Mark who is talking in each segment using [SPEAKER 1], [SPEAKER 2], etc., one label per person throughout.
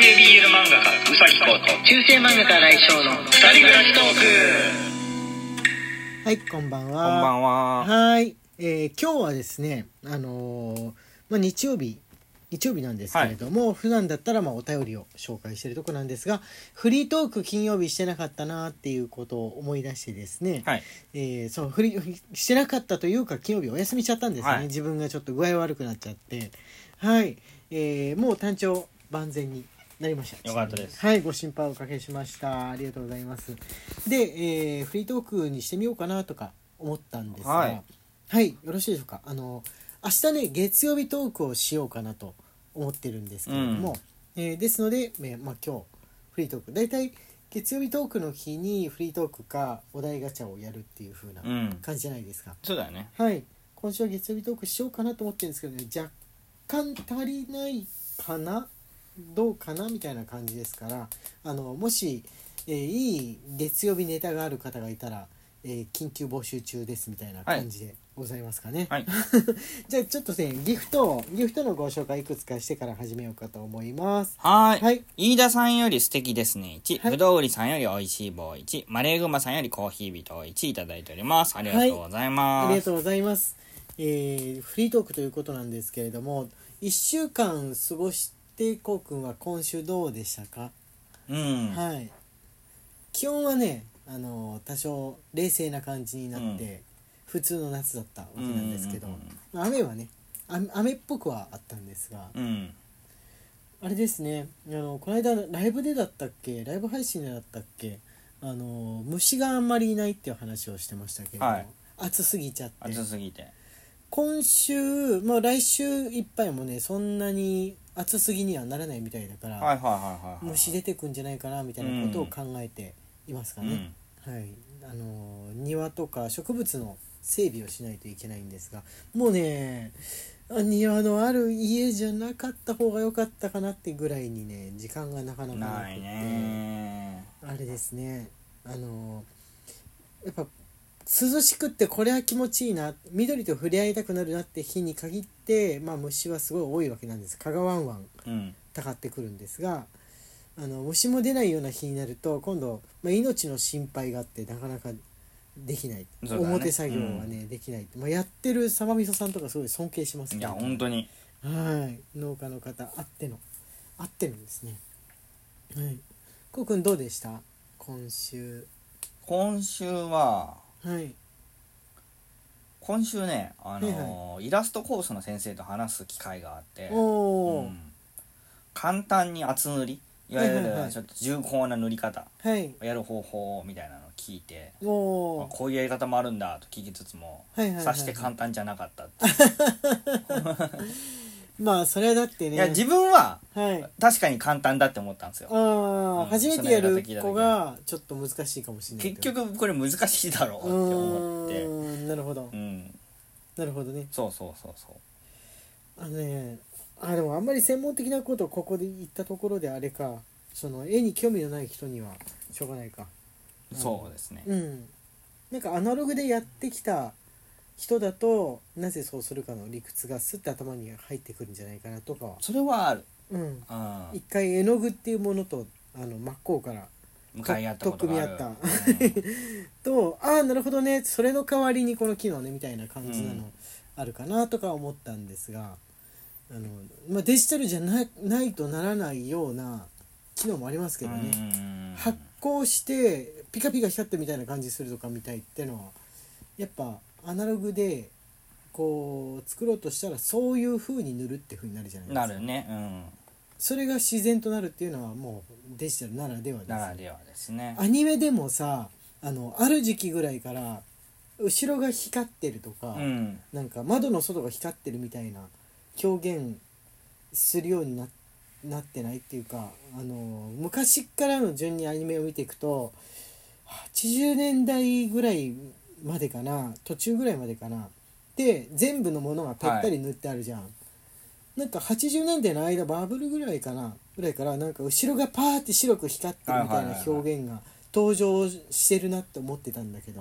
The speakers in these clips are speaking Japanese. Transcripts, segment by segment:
[SPEAKER 1] BL 漫画家うさぎこと
[SPEAKER 2] 中世漫画家来翔の
[SPEAKER 1] 二人暮らしトーク。
[SPEAKER 2] はい、こんばんは。
[SPEAKER 3] こんばんは。
[SPEAKER 2] はい、今日はですね、日曜日なんですけれども、普段だったらお便りを紹介しているところなんですが、フリートーク金曜日してなかったなっていうことを思い出してですね、
[SPEAKER 3] はい。
[SPEAKER 2] そうフリーしてなかったというか金曜日お休みしちゃったんですね、
[SPEAKER 3] はい
[SPEAKER 2] 自分がちょっと具合悪くなっちゃって、はい、もう体調万全になりました。
[SPEAKER 3] よかったです。
[SPEAKER 2] はい、ご心配おかけしました。ありがとうございます。で、フリートークにしてみようかなとか思ったんですが、はい、よろしいでしょうか。明日ね、月曜日トークをしようかなと思ってるんですけれども、ですので、今日フリートーク、だいたい月曜日トークの日にフリートークかお題ガチャをやるっていう風な感じじゃないですか。
[SPEAKER 3] そうだよね。
[SPEAKER 2] はい、今週は月曜日トークしようかなと思ってるんですけどね、若干足りないかな、どうかなみたいな感じですから、もし、いい月曜日ネタがある方がいたら、緊急募集中ですみたいな感じでございますかね。
[SPEAKER 3] はい。
[SPEAKER 2] じゃあちょっとね、ギフトのご紹介いくつかしてから始めようかと思います。
[SPEAKER 3] はい。
[SPEAKER 2] はい。
[SPEAKER 3] 飯田さんより素敵ですね1、
[SPEAKER 2] はい
[SPEAKER 3] ぶどう売りさんよりおいしい棒1、マレーグマさんよりコーヒー人1いただいております。ありがとうございます。
[SPEAKER 2] ありがとうございます。フリートークということなんですけれども、1週間過ごしてこうくんは今週どうでしたか？はい。気温はね、多少冷静な感じになって、普通の夏だったわけなんですけど、雨はね、雨っぽくはあったんですが、あれですね、この間ライブでだったっけ、ライブ配信でだったっけ、虫があんまりいないっていう話をしてましたけれども、
[SPEAKER 3] はい、
[SPEAKER 2] 暑すぎちゃって、今週、来週いっぱいもね、そんなに暑すぎにはならないみたいだから、虫出てくんじゃないかなみたいなことを考えていますかね。はい、庭とか植物の整備をしないといけないんですが、もうね、庭のある家じゃなかった方が良かったかなってぐらいにね、時間がなかなかなくて、あれですね、やっぱ涼しくってこれは気持ちいいな、緑と触れ合いたくなるなって日に限って、虫はすごい多いわけなんです。蚊がワンワンたかってくるんですが、虫も出ないような日になると今度、命の心配があってなかなかできない、表作業はね、できない、やってるさまみそさんとかすごい尊敬しますね。
[SPEAKER 3] いや本当に、
[SPEAKER 2] はい、農家の方あってのですね。はい、こうくんどうでした今週
[SPEAKER 3] は？
[SPEAKER 2] はい、
[SPEAKER 3] 今週ね、イラストコースの先生と話す機会があって、簡単に厚塗り、いわゆるちょっと重厚な塗り方をやる方法みたいなのを聞いて、こういうやり方もあるんだと聞きつつも、さして簡単じゃなかったって
[SPEAKER 2] それはだってね、
[SPEAKER 3] いや自分は確かに簡単だって思ったんですよ。
[SPEAKER 2] 初めてやる子がちょっと難しいかもしれない。
[SPEAKER 3] 結局これ難しいだろうって思って。
[SPEAKER 2] なるほど、なるほどね。
[SPEAKER 3] そう
[SPEAKER 2] でもあんまり専門的なことをここで言ったところであれか、その絵に興味のない人にはしょうがないか。
[SPEAKER 3] そうですね。
[SPEAKER 2] なんかアナログでやってきた人だとなぜそうするかの理屈がスッと頭に入ってくるんじゃないかなとかは。
[SPEAKER 3] それはある。
[SPEAKER 2] 一回絵の具っていうものと真っ向から
[SPEAKER 3] 向かい合ったことがある
[SPEAKER 2] と、なるほどね、それの代わりにこの機能ねみたいな感じなのあるかなとか思ったんですが、デジタルじゃないとならないような機能もありますけどね。発光してピカピカ光ってみたいな感じするとかみたいってのはやっぱアナログでこう作ろうとしたらそういう風に塗るって風になるじゃないですか。
[SPEAKER 3] なるね。
[SPEAKER 2] それが自然となるっていうのはもうデジタルならではです。
[SPEAKER 3] ならではですね。
[SPEAKER 2] アニメでもさ、ある時期ぐらいから後ろが光ってるとか、なんか窓の外が光ってるみたいな表現するようになってないっていうか、昔からの順にアニメを見ていくと80年代ぐらいまでかな、途中ぐらいまでかなで全部のものがぺったり塗ってあるじゃん。なんか80年代の間バブルぐらいからなんか後ろがパーって白く光ってるみたいな表現が登場してるなって思ってたんだけど、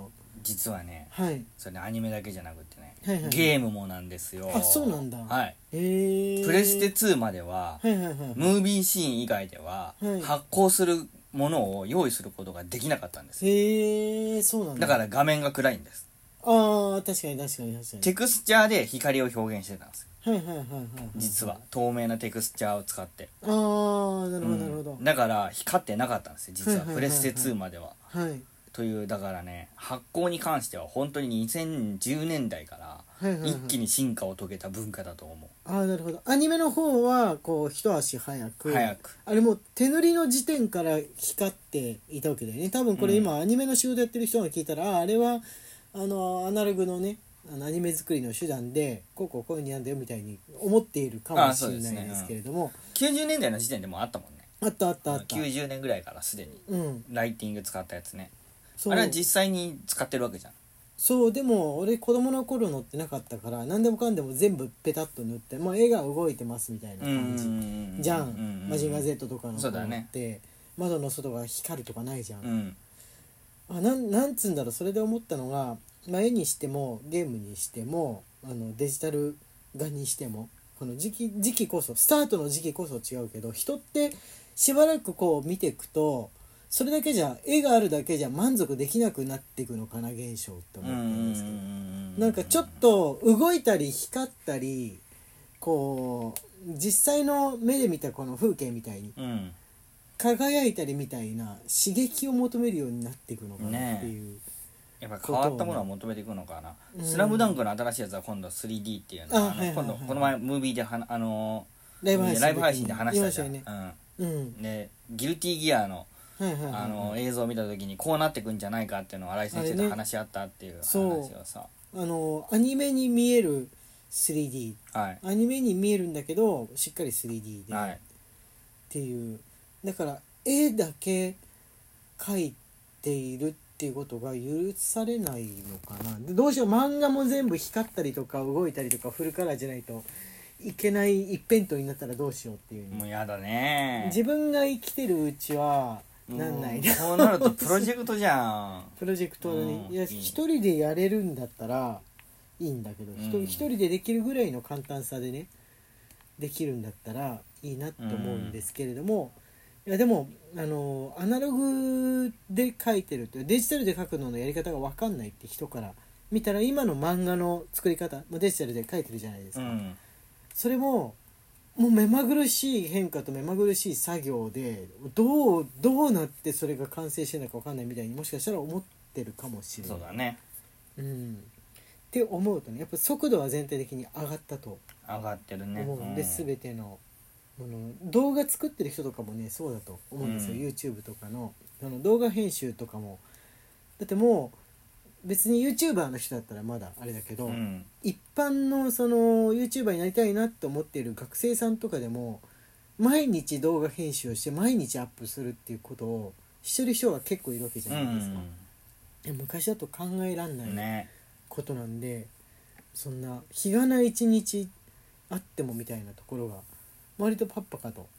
[SPEAKER 3] 実はね、
[SPEAKER 2] はい、
[SPEAKER 3] それアニメだけじゃなくてね、
[SPEAKER 2] はいはい、
[SPEAKER 3] ゲームもなんですよ。
[SPEAKER 2] あ、そうなんだ。
[SPEAKER 3] はい。プレステ2までは、はいはいはい、ムービーシーン以外では、はい、発光するものを用意することができなかったんですよ。
[SPEAKER 2] へえ、そうなんだ。
[SPEAKER 3] だから画面が暗いんです。
[SPEAKER 2] ああ、確かに確かに確かに。
[SPEAKER 3] テクスチャーで光を表現してたんですよ。
[SPEAKER 2] はいはいはいはい、はい、
[SPEAKER 3] 実は透明なテクスチャーを使って。
[SPEAKER 2] ああ、なるほどなるほど。
[SPEAKER 3] だから光ってなかったんですよ実は、プレステ2までは。
[SPEAKER 2] はい。
[SPEAKER 3] というだからね、発光に関しては本当に2010年代から一気に進化を遂げた文化だと思う。
[SPEAKER 2] ああ、なるほど。アニメの方はこう一足早くあれもう手塗りの時点から光っていたわけだよね。多分これ今、アニメの仕事やってる人が聞いたら、あれはアナログのね、アニメ作りの手段でこういう風になんだよみたいに思っているかもしれないですけれども、
[SPEAKER 3] 90年代の時点でもあったもんね。
[SPEAKER 2] あった
[SPEAKER 3] 90年ぐらいからすでにライティング使ったやつね、
[SPEAKER 2] あ
[SPEAKER 3] れは実際に使ってるわけじゃん。
[SPEAKER 2] そう、でも俺子供の頃乗ってなかったから、何でもかんでも全部ペタッと塗って、もう絵が動いてますみたいな感じじゃん。マジンガー Z とかの頃って、窓の外が光るとかないじゃん。なんつうんだろう、それで思ったのが、絵にしてもゲームにしてもデジタル画にしても、この時期こそ、スタートの時期こそ違うけど、人ってしばらくこう見ていくと、それだけじゃ、絵があるだけじゃ満足できなくなっていくのかな、現象って思ったんですけど、なんかちょっと動いたり光ったり、こう実際の目で見たこの風景みたいに輝いたりみたいな刺激を求めるようになっていくのかなっていう、
[SPEAKER 3] やっぱ変わったものを求めていくのかな。スラムダンクの新しいやつは今度 3D っていうの、今度この前ムービーでライブ配信で話したじゃん。でギルティギアの映像を見た時にこうなってくんじゃないかっていうのを新井先生と話し合ったっていう話をさ、
[SPEAKER 2] アニメに見える 3D、
[SPEAKER 3] はい、
[SPEAKER 2] アニメに見えるんだけどしっかり 3D で、
[SPEAKER 3] はい、
[SPEAKER 2] っていう、だから絵だけ描いているっていうことが許されないのかな。でどうしよう、漫画も全部光ったりとか動いたりとかフルカラーじゃないといけない一辺倒になったらどうしようっていう、
[SPEAKER 3] もうやだね。
[SPEAKER 2] 自分が生きてるうちはなんないな。
[SPEAKER 3] そうなるとプロジェクトじゃん。
[SPEAKER 2] プロジェクトに、いや一人でやれるんだったらいいんだけど、一人でできるぐらいの簡単さでねできるんだったらいいなって思うんですけれども、いやでもアナログで描いてるってデジタルで描くののやり方が分かんないって人から見たら、今の漫画の作り方もデジタルで描いてるじゃないですか、それももう目まぐるしい変化と目まぐるしい作業でどうなってそれが完成してるのか分かんないみたいにもしかしたら思ってるかもしれない。
[SPEAKER 3] そうだね、
[SPEAKER 2] って思うとね、やっぱ速度は全体的に上がったと
[SPEAKER 3] 上がってるね
[SPEAKER 2] 思うんで、全ての動画作ってる人とかもねそうだと思うんですよ、YouTube とかの動画編集とかも。だってもう別に YouTuber の人だったらまだあれだけど、一般のその YouTuber になりたいなって思っている学生さんとかでも毎日動画編集をして毎日アップするっていうことをしてる人が結構いるわけじゃないですか、昔だと考えらんないことなんで、そんな日がない一日あってもみたいなところが割とパッパカと、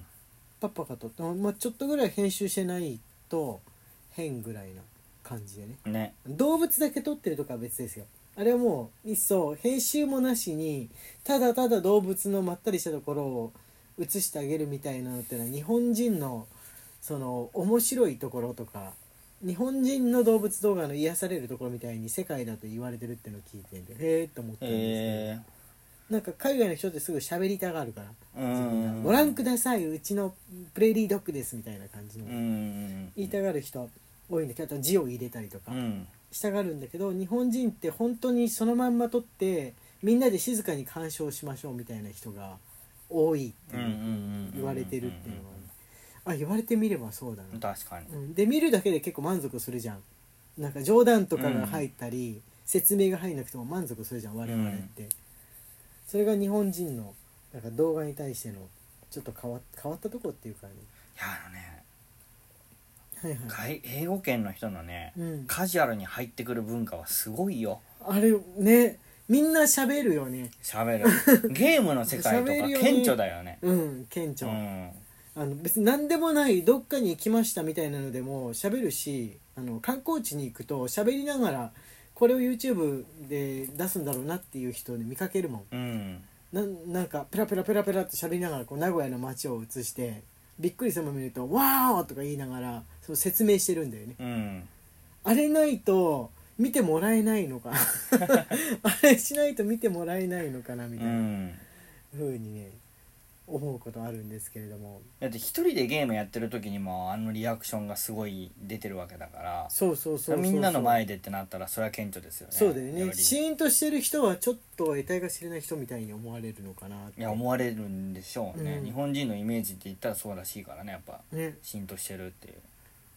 [SPEAKER 2] ちょっとぐらい編集してないと変ぐらいな感じで ね、動物だけ撮ってるとかは別ですよ。あれはもういっそ編集もなしにただただ動物のまったりしたところを映してあげるみたいなのってのは日本人のその面白いところとか、日本人の動物動画の癒されるところみたいに世界だと言われてるっていうのを聞いてへーと思ったんですけど、なんか海外の人ってすぐ喋りたがるから、ご覧くださいうちのプレーリードッグですみたいな感じの言いたがる人多いんだけど、あと字を入れたりとかしたがるんだけど、日本人って本当にそのまんま撮ってみんなで静かに鑑賞しましょうみたいな人が多いって言われてるっていうのは、言われてみればそうだな。
[SPEAKER 3] 確かに、
[SPEAKER 2] で見るだけで結構満足するじゃん。なんか冗談とかが入ったり、説明が入んなくても満足するじゃん我々って、それが日本人のなんか動画に対してのちょっと変わったとこっていうかね。
[SPEAKER 3] いや英語圏の人のね、カジュアルに入ってくる文化はすごいよ。
[SPEAKER 2] あれね、みんな喋るよね。
[SPEAKER 3] 喋るゲームの世界とか顕著だよね。
[SPEAKER 2] 顕著、別に何でもないどっかに行きましたみたいなのでも喋るし、 観光地に行くと喋りながらこれを YouTube で出すんだろうなっていう人を、ね、見かけるもん、なんかペラペラペラペラって喋りながらこう名古屋の街を映してびっくりするのを見るとワーとか言いながらその説明してるんだよね、あれないと見てもらえないのかあれしないと見てもらえないのかなみたいな風にね思うことあるんですけれども、
[SPEAKER 3] だって一人でゲームやってる時にもリアクションがすごい出てるわけだから、
[SPEAKER 2] そう
[SPEAKER 3] みんなの前でってなったらそれは顕著ですよね。
[SPEAKER 2] そうだよね。シーンとしてる人はちょっと得体が知れない人みたいに思われるのかなって。
[SPEAKER 3] いや思われるんでしょうね、日本人のイメージって言ったらそうらしいからね、やっぱ
[SPEAKER 2] ね、
[SPEAKER 3] シーンとしてるっていう、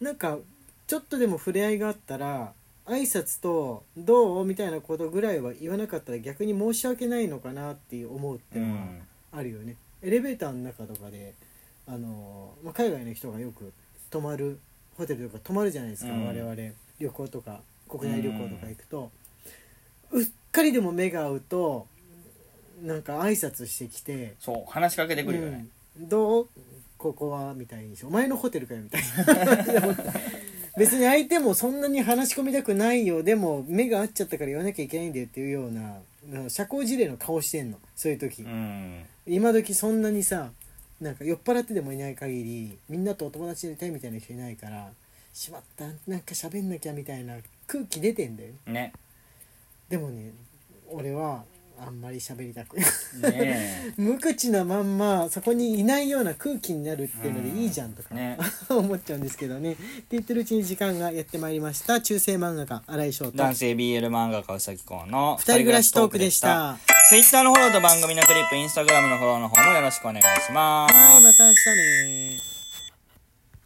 [SPEAKER 2] なんかちょっとでも触れ合いがあったら挨拶とどうみたいなことぐらいは言わなかったら逆に申し訳ないのかなって思うっていうのはあるよね、エレベーターの中とかで海外の人がよく泊まるホテルとか泊まるじゃないですか、我々旅行とか国内旅行とか行くと、うっかりでも目が合うとなんか挨拶してきて、
[SPEAKER 3] そう話しかけてくるよね、
[SPEAKER 2] どうここはみたいにお前のホテルかよみたいな別に相手もそんなに話し込みたくないよ、でも目が合っちゃったから言わなきゃいけないんだよっていうような社交辞令の顔してんの、そういう時、今時そんなにさなんか酔っ払ってでもいない限りみんなとお友達になりたいみたいな人いないから、しまったなんか喋んなきゃみたいな空気出てんだよ
[SPEAKER 3] ね。
[SPEAKER 2] でもね俺はあんまり喋りたく
[SPEAKER 3] ね
[SPEAKER 2] 無口なまんまそこにいないような空気になるっていうのでいいじゃんとか、思っちゃうんですけどね。って言ってるうちに時間がやってまいりました。中世漫画家新井翔と
[SPEAKER 3] 男性 BL 漫画家うさぎこうの
[SPEAKER 2] 二人暮らしトークでした。
[SPEAKER 3] Twitter のフォローと番組のクリップ、Instagram のフォローの方もよろしくお願いします。
[SPEAKER 2] はい、また明日ね。